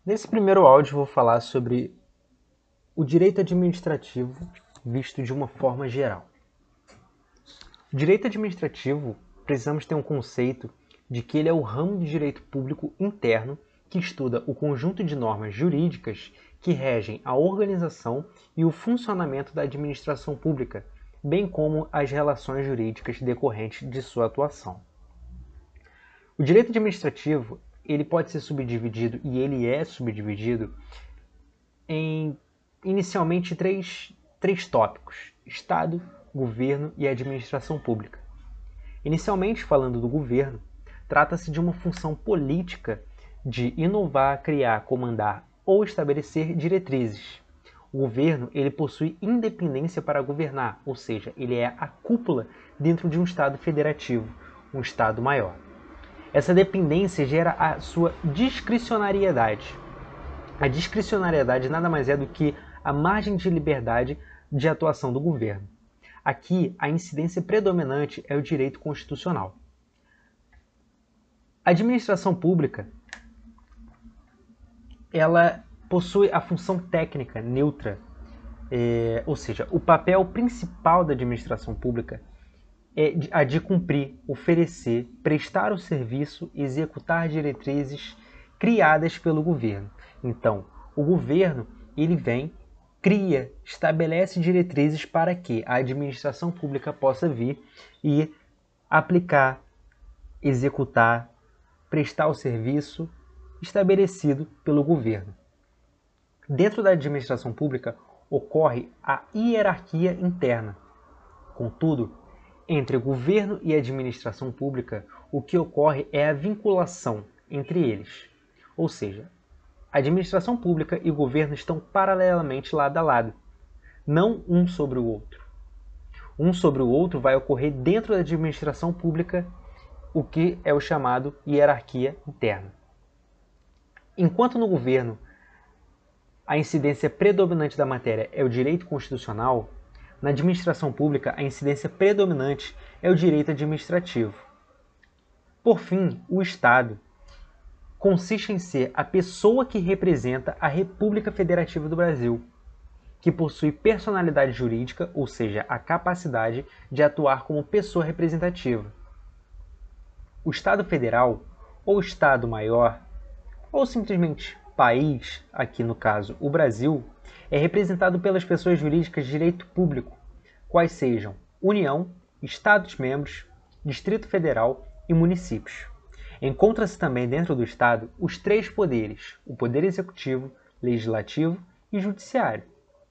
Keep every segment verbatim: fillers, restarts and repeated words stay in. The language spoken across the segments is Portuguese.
Nesse primeiro áudio vou falar sobre o direito administrativo visto de uma forma geral. O direito administrativo, precisamos ter um conceito de que ele é o ramo de direito público interno que estuda o conjunto de normas jurídicas que regem a organização e o funcionamento da administração pública, bem como as relações jurídicas decorrentes de sua atuação. O direito administrativo ele pode ser subdividido, e ele é subdividido, em inicialmente três, três tópicos: Estado, governo e administração pública. Inicialmente, falando do governo, trata-se de uma função política de inovar, criar, comandar ou estabelecer diretrizes. O governo ele possui independência para governar, ou seja, ele é a cúpula dentro de um Estado federativo, um Estado maior. Essa dependência gera a sua discricionariedade. A discricionariedade nada mais é do que a margem de liberdade de atuação do governo. Aqui, a incidência predominante é o direito constitucional. A administração pública, ela possui a função técnica neutra, é, ou seja, o papel principal da administração pública é a de cumprir, oferecer, prestar o serviço, executar diretrizes criadas pelo governo. Então, o governo ele vem, cria, estabelece diretrizes para que a administração pública possa vir e aplicar, executar, prestar o serviço estabelecido pelo governo. Dentro da administração pública ocorre a hierarquia interna. Contudo, entre governo e administração pública, o que ocorre é a vinculação entre eles. Ou seja, a administração pública e o governo estão paralelamente lado a lado, não um sobre o outro. Um sobre o outro vai ocorrer dentro da administração pública, o que é o chamado hierarquia interna. Enquanto no governo a incidência predominante da matéria é o direito constitucional, na administração pública, a incidência predominante é o direito administrativo. Por fim, o Estado consiste em ser a pessoa que representa a República Federativa do Brasil, que possui personalidade jurídica, ou seja, a capacidade de atuar como pessoa representativa. O Estado Federal, ou Estado Maior, ou simplesmente país, aqui no caso o Brasil, é representado pelas pessoas jurídicas de direito público, quais sejam União, Estados-membros, Distrito Federal e municípios. Encontra-se também dentro do Estado os três poderes: o Poder Executivo, Legislativo e Judiciário.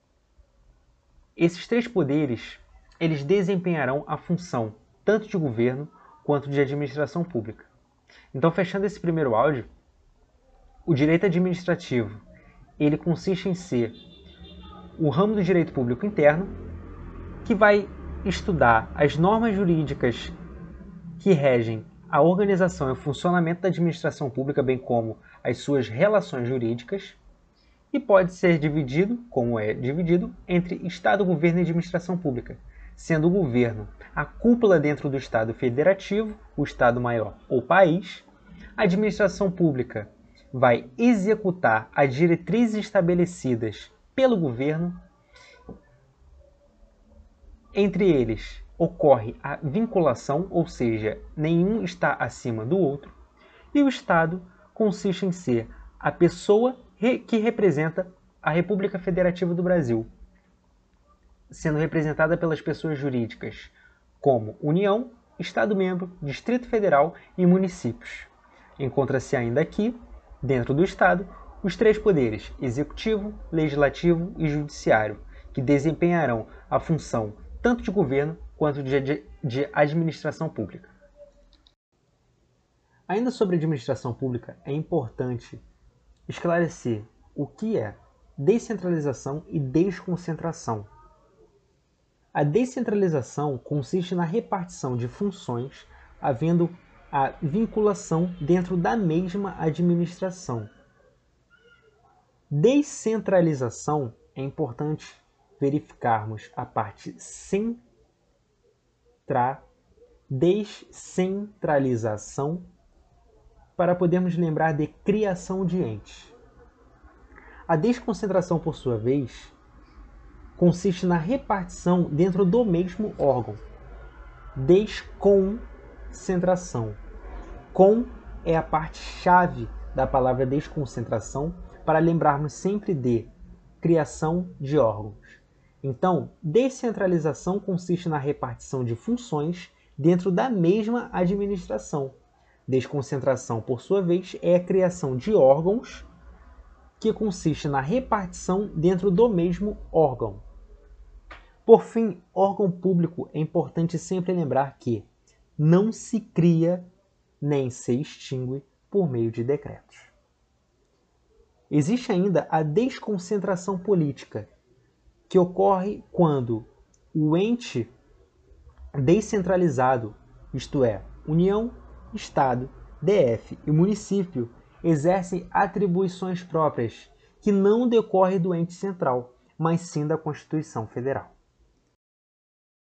Esses três poderes eles desempenharão a função tanto de governo quanto de administração pública. Então, fechando esse primeiro áudio, o direito administrativo ele consiste em ser o ramo do direito público interno, que vai estudar as normas jurídicas que regem a organização e o funcionamento da administração pública, bem como as suas relações jurídicas, e pode ser dividido, como é dividido, entre Estado, governo e administração pública, sendo o governo a cúpula dentro do Estado federativo, o Estado maior ou país. A administração pública vai executar as diretrizes estabelecidas pelo governo. Entre eles ocorre a vinculação, ou seja, nenhum está acima do outro, e o Estado consiste em ser a pessoa que representa a República Federativa do Brasil, sendo representada pelas pessoas jurídicas como União, Estado-membro, Distrito Federal e municípios. Encontra-se ainda aqui, dentro do Estado, os três poderes: Executivo, Legislativo e Judiciário, que desempenharão a função tanto de governo quanto de, de administração pública. Ainda sobre administração pública, é importante esclarecer o que é descentralização e desconcentração. A descentralização consiste na repartição de funções, havendo a vinculação dentro da mesma administração. Descentralização é importante verificarmos a parte centra, descentralização, para podermos lembrar de criação de entes. A desconcentração, por sua vez, consiste na repartição dentro do mesmo órgão. Desconcentração. Com é a parte-chave da palavra desconcentração para lembrarmos sempre de criação de órgãos. Então, descentralização consiste na repartição de funções dentro da mesma administração. Desconcentração, por sua vez, é a criação de órgãos que consiste na repartição dentro do mesmo órgão. Por fim, órgão público é importante sempre lembrar que não se cria nem se extingue por meio de decretos. Existe ainda a desconcentração política, que ocorre quando o ente descentralizado, isto é, União, Estado, D F e município, exercem atribuições próprias que não decorrem do ente central, mas sim da Constituição Federal.